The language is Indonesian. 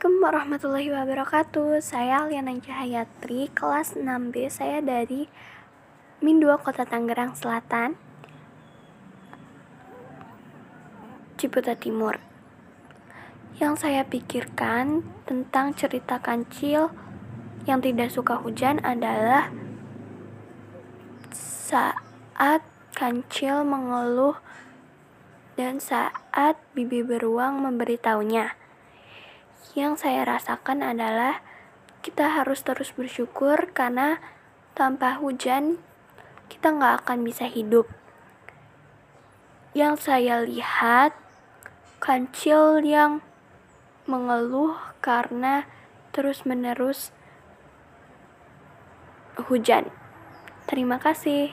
Assalamualaikum warahmatullahi wabarakatuh. Saya Liana Cahayatri, kelas 6B. Saya dari Min 2 Kota Tangerang Selatan, Ciputat Timur. Yang saya pikirkan tentang cerita kancil yang tidak suka hujan adalah saat kancil mengeluh dan saat bibi beruang memberitahunya. Yang saya rasakan adalah kita harus terus bersyukur karena tanpa hujan kita nggak akan bisa hidup. Yang saya lihat kancil yang mengeluh karena terus-menerus hujan. Terima kasih.